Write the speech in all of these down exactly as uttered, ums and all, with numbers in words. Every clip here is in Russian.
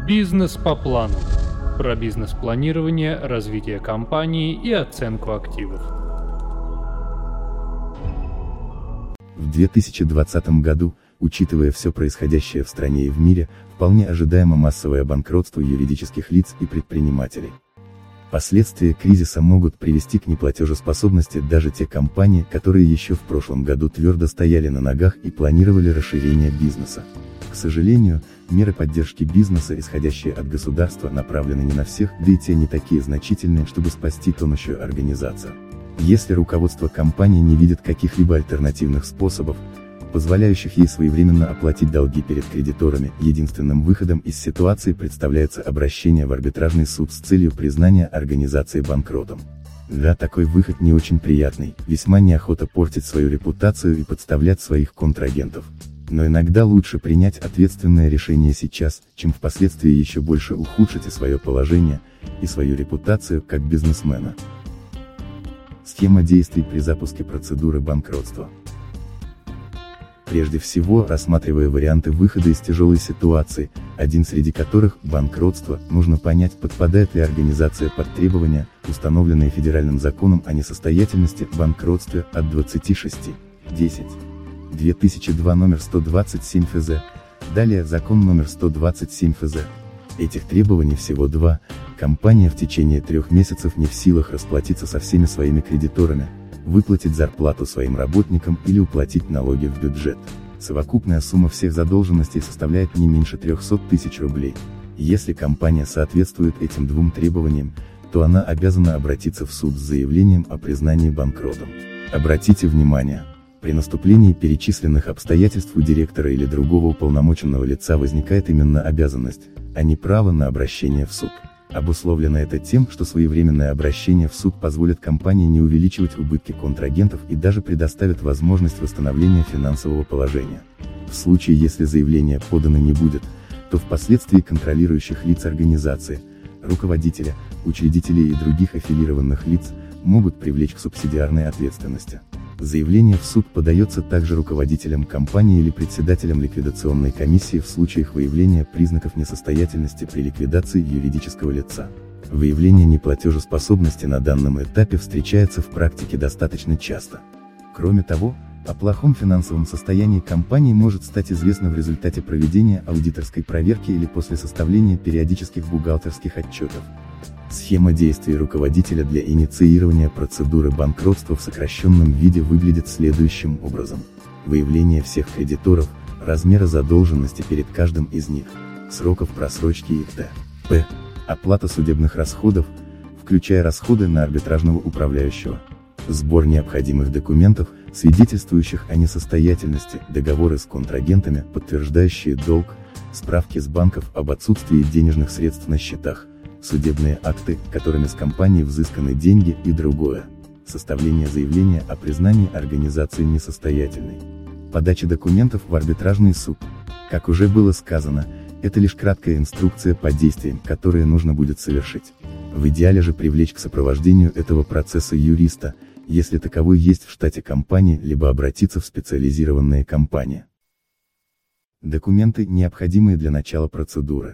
Бизнес по плану. Про бизнес-планирование, развитие компании и оценку активов. В две тысячи двадцатом году, учитывая все происходящее в стране и в мире, вполне ожидаемо массовое банкротство юридических лиц и предпринимателей. Последствия кризиса могут привести к неплатежеспособности даже те компании, которые еще в прошлом году твердо стояли на ногах и планировали расширение бизнеса. К сожалению, меры поддержки бизнеса, исходящие от государства, направлены не на всех, да и те не такие значительные, чтобы спасти тонущую организацию. Если руководство компании не видит каких-либо альтернативных способов, позволяющих ей своевременно оплатить долги перед кредиторами, единственным выходом из ситуации представляется обращение в арбитражный суд с целью признания организации банкротом. Да, такой выход не очень приятный, весьма неохота портить свою репутацию и подставлять своих контрагентов. Но иногда лучше принять ответственное решение сейчас, чем впоследствии еще больше ухудшить и свое положение, и свою репутацию как бизнесмена. Схема действий при запуске процедуры банкротства. Прежде всего, рассматривая варианты выхода из тяжелой ситуации, один среди которых – банкротство, нужно понять, подпадает ли организация под требования, установленные федеральным законом о несостоятельности, банкротстве от двадцати шести десять две тысячи два номер сто двадцать семь эф зэ, далее закон номер сто двадцать семь эф зэ. Этих требований всего два: компания в течение трех месяцев не в силах расплатиться со всеми своими кредиторами, выплатить зарплату своим работникам или уплатить налоги в бюджет. Совокупная сумма всех задолженностей составляет не меньше трёхсот тысяч рублей. Если компания соответствует этим двум требованиям, то она обязана обратиться в суд с заявлением о признании банкротом. Обратите внимание, при наступлении перечисленных обстоятельств у директора или другого уполномоченного лица возникает именно обязанность, а не право на обращение в суд. Обусловлено это тем, что своевременное обращение в суд позволит компании не увеличивать убытки контрагентов и даже предоставит возможность восстановления финансового положения. В случае, если заявление подано не будет, то впоследствии контролирующих лиц организации, руководителя, учредителей и других аффилированных лиц, могут привлечь к субсидиарной ответственности. Заявление в суд подается также руководителем компании или председателем ликвидационной комиссии в случаях выявления признаков несостоятельности при ликвидации юридического лица. Выявление неплатежеспособности на данном этапе встречается в практике достаточно часто. Кроме того, о плохом финансовом состоянии компании может стать известно в результате проведения аудиторской проверки или после составления периодических бухгалтерских отчетов. Схема действий руководителя для инициирования процедуры банкротства в сокращенном виде выглядит следующим образом: выявление всех кредиторов, размера задолженности перед каждым из них, сроков просрочки и т.п. Оплата судебных расходов, включая расходы на арбитражного управляющего. Сбор необходимых документов, свидетельствующих о несостоятельности, договоры с контрагентами, подтверждающие долг, справки с банков об отсутствии денежных средств на счетах, судебные акты, которыми с компании взысканы деньги и другое. Составление заявления о признании организации несостоятельной. Подача документов в арбитражный суд. Как уже было сказано, это лишь краткая инструкция по действиям, которые нужно будет совершить. В идеале же привлечь к сопровождению этого процесса юриста, если таковой есть в штате компании, либо обратиться в специализированные компании. Документы, необходимые для начала процедуры.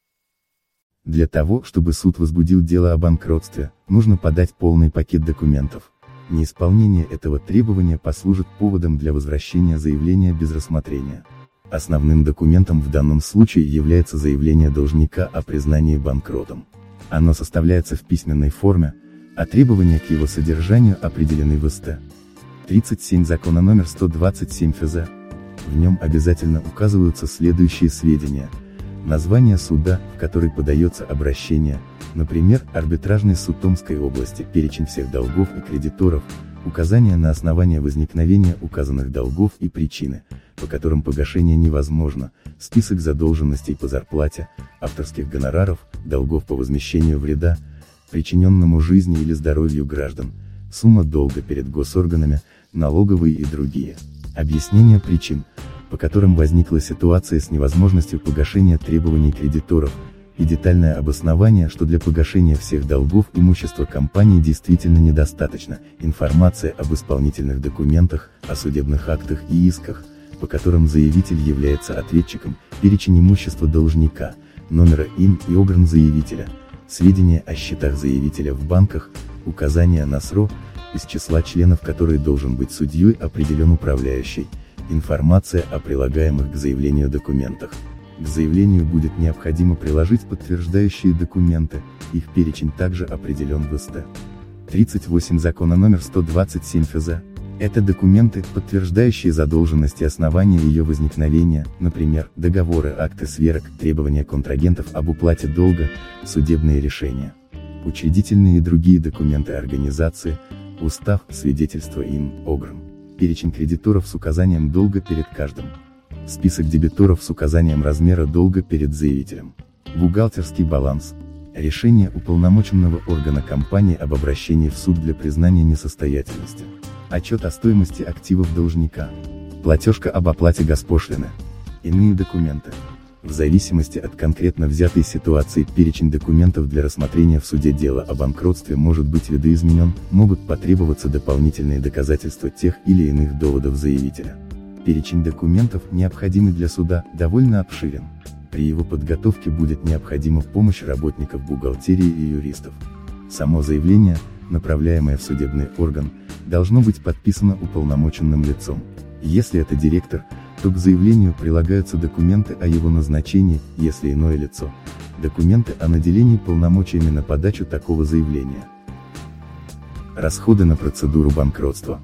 Для того, чтобы суд возбудил дело о банкротстве, нужно подать полный пакет документов. Неисполнение этого требования послужит поводом для возвращения заявления без рассмотрения. Основным документом в данном случае является заявление должника о признании банкротом. Оно составляется в письменной форме, а требования к его содержанию определены в эс тэ тридцать семь закона номер сто двадцать семь эф зэ. В нем обязательно указываются следующие сведения: название суда, в который подается обращение, например, арбитражный суд Томской области, перечень всех долгов и кредиторов, указание на основание возникновения указанных долгов и причины, по которым погашение невозможно, список задолженностей по зарплате, авторских гонораров, долгов по возмещению вреда, причиненному жизни или здоровью граждан, сумма долга перед госорганами, налоговые и другие. Объяснение причин, по которым возникла ситуация с невозможностью погашения требований кредиторов, и детальное обоснование, что для погашения всех долгов имущества компании действительно недостаточно, информация об исполнительных документах, о судебных актах и исках, по которым заявитель является ответчиком, перечень имущества должника, номера ИН и ОГРН заявителя, сведения о счетах заявителя в банках, указания на СРО, из числа членов которой должен быть судьей определен управляющий, информация о прилагаемых к заявлению документах. К заявлению будет необходимо приложить подтверждающие документы, их перечень также определен в ст. тридцать восемь Закона номер сто двадцать семь эф зэ. Это документы, подтверждающие задолженность и основания ее возникновения, например, договоры, акты сверок, требования контрагентов об уплате долга, судебные решения, учредительные и другие документы организации, устав, свидетельство ИН, ОГРН, перечень кредиторов с указанием долга перед каждым, список дебиторов с указанием размера долга перед заявителем, бухгалтерский баланс, решение уполномоченного органа компании об обращении в суд для признания несостоятельности, отчет о стоимости активов должника, платежка об оплате госпошлины, иные документы. В зависимости от конкретно взятой ситуации перечень документов для рассмотрения в суде дела о банкротстве может быть видоизменен, могут потребоваться дополнительные доказательства тех или иных доводов заявителя. Перечень документов, необходимый для суда, довольно обширен. При его подготовке будет необходима помощь работников бухгалтерии и юристов. Само заявление, направляемое в судебный орган, должно быть подписано уполномоченным лицом. Если это директор, то к заявлению прилагаются документы о его назначении, если иное лицо, документы о наделении полномочиями на подачу такого заявления. Расходы на процедуру банкротства.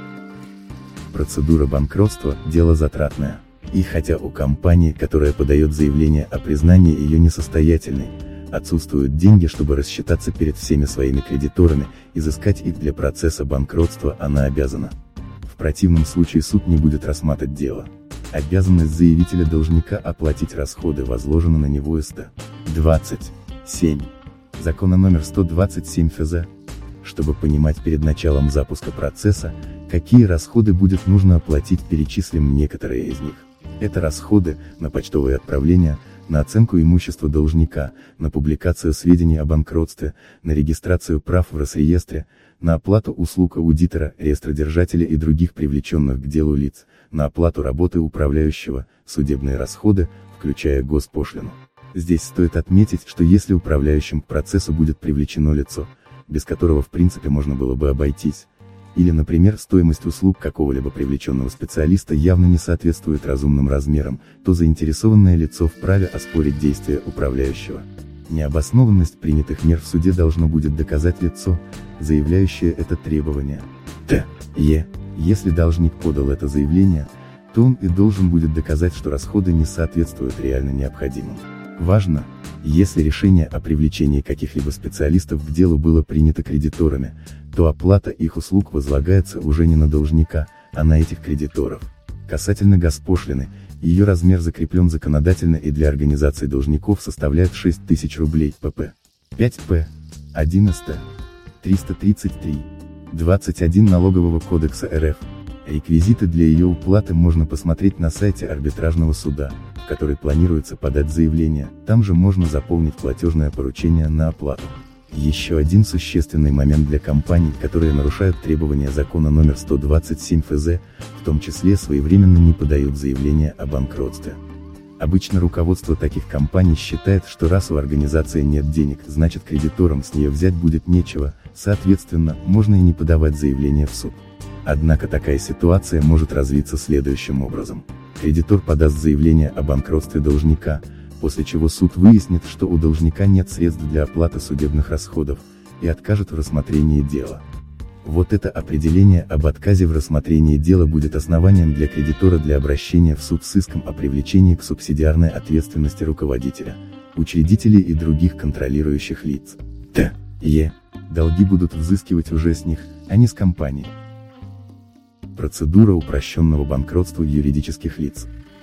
Процедура банкротства – дело затратное. И хотя у компании, которая подает заявление о признании ее несостоятельной, отсутствуют деньги, чтобы рассчитаться перед всеми своими кредиторами, изыскать их для процесса банкротства она обязана. В противном случае суд не будет рассматривать дело. Обязанность заявителя должника оплатить расходы возложена на него ст. двадцать семь Закона номер сто двадцать семь эф зэ. Чтобы понимать перед началом запуска процесса, какие расходы будет нужно оплатить, перечислим некоторые из них. Это расходы на почтовые отправления, на оценку имущества должника, на публикацию сведений о банкротстве, на регистрацию прав в Росреестре, на оплату услуг аудитора, реестродержателя и других привлеченных к делу лиц, на оплату работы управляющего, судебные расходы, включая госпошлину. Здесь стоит отметить, что если управляющим к процессу будет привлечено лицо, без которого в принципе можно было бы обойтись, или, например, стоимость услуг какого-либо привлеченного специалиста явно не соответствует разумным размерам, то заинтересованное лицо вправе оспорить действия управляющего. Необоснованность принятых мер в суде должно будет доказать лицо, заявляющее это требование. Т. Е. Если должник подал это заявление, то он и должен будет доказать, что расходы не соответствуют реально необходимым. Важно, если решение о привлечении каких-либо специалистов к делу было принято кредиторами, то оплата их услуг возлагается уже не на должника, а на этих кредиторов. Касательно госпошлины, ее размер закреплен законодательно и для организаций должников составляет шесть тысяч рублей pp. пять п. один ст. триста тридцать три. двадцать один Налогового кодекса эр эф. Реквизиты для ее уплаты можно посмотреть на сайте арбитражного суда, в который планируется подать заявление, там же можно заполнить платежное поручение на оплату. Еще один существенный момент для компаний, которые нарушают требования закона номер сто двадцать семь эф зэ, в том числе своевременно не подают заявление о банкротстве. Обычно руководство таких компаний считает, что раз у организации нет денег, значит кредиторам с нее взять будет нечего, соответственно, можно и не подавать заявление в суд. Однако такая ситуация может развиться следующим образом. Кредитор подаст заявление о банкротстве должника, после чего суд выяснит, что у должника нет средств для оплаты судебных расходов, и откажет в рассмотрении дела. Вот это определение об отказе в рассмотрении дела будет основанием для кредитора для обращения в суд с иском о привлечении к субсидиарной ответственности руководителя, учредителей и других контролирующих лиц. Т. Е. Долги будут взыскивать уже с них, а не с компании. Процедура упрощенного банкротства юридических лиц.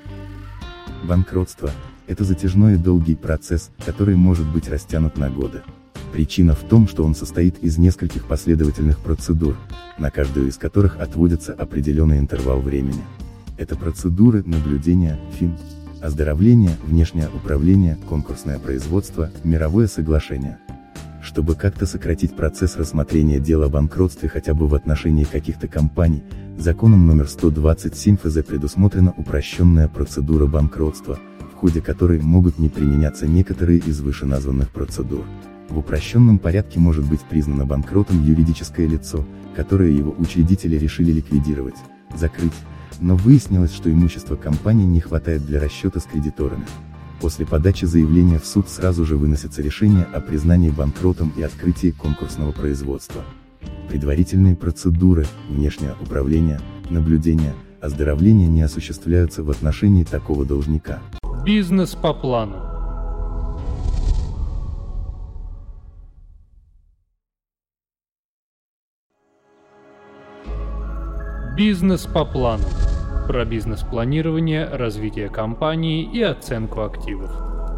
Банкротство – это затяжной и долгий процесс, который может быть растянут на годы. Причина в том, что он состоит из нескольких последовательных процедур, на каждую из которых отводится определенный интервал времени. Это процедуры наблюдения, ФИН, оздоровление, внешнее управление, конкурсное производство, мировое соглашение. Чтобы как-то сократить процесс рассмотрения дела о банкротстве хотя бы в отношении каких-то компаний, законом номер сто двадцать семь эф зэ предусмотрена упрощенная процедура банкротства, в ходе которой могут не применяться некоторые из вышеназванных процедур. В упрощенном порядке может быть признано банкротом юридическое лицо, которое его учредители решили ликвидировать, закрыть, но выяснилось, что имущества компании не хватает для расчета с кредиторами. После подачи заявления в суд сразу же выносится решение о признании банкротом и открытии конкурсного производства. Предварительные процедуры, внешнее управление, наблюдение, оздоровление не осуществляются в отношении такого должника. Бизнес по плану. Бизнес по плану. Про бизнес-планирование, развитие компании и оценку активов.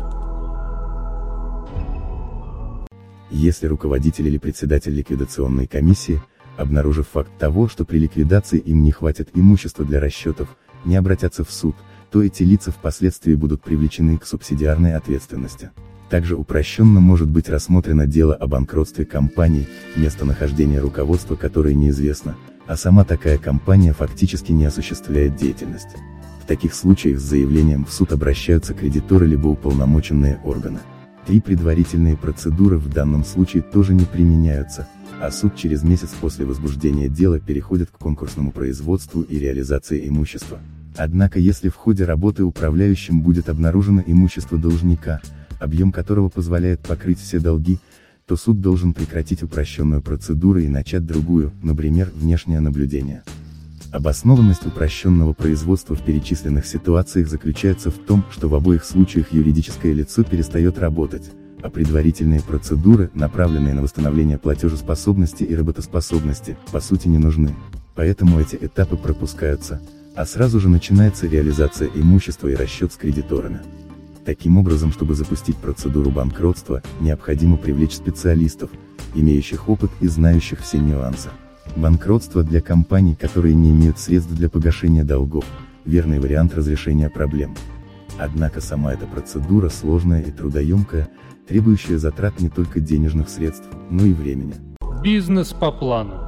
Если руководитель или председатель ликвидационной комиссии, обнаружив факт того, что при ликвидации им не хватит имущества для расчетов, не обратятся в суд, то эти лица впоследствии будут привлечены к субсидиарной ответственности. Также упрощенно может быть рассмотрено дело о банкротстве компании, местонахождение руководства которой неизвестно, а сама такая компания фактически не осуществляет деятельность. В таких случаях с заявлением в суд обращаются кредиторы либо уполномоченные органы. Три предварительные процедуры в данном случае тоже не применяются, а суд через месяц после возбуждения дела переходит к конкурсному производству и реализации имущества. Однако если в ходе работы управляющим будет обнаружено имущество должника, объем которого позволяет покрыть все долги, то суд должен прекратить упрощенную процедуру и начать другую, например, внешнее наблюдение. Обоснованность упрощенного производства в перечисленных ситуациях заключается в том, что в обоих случаях юридическое лицо перестает работать, а предварительные процедуры, направленные на восстановление платежеспособности и работоспособности, по сути не нужны. Поэтому эти этапы пропускаются, а сразу же начинается реализация имущества и расчет с кредиторами. Таким образом, чтобы запустить процедуру банкротства, необходимо привлечь специалистов, имеющих опыт и знающих все нюансы. Банкротство для компаний, которые не имеют средств для погашения долгов, верный вариант разрешения проблем. Однако сама эта процедура сложная и трудоемкая, требующая затрат не только денежных средств, но и времени. Бизнес по плану.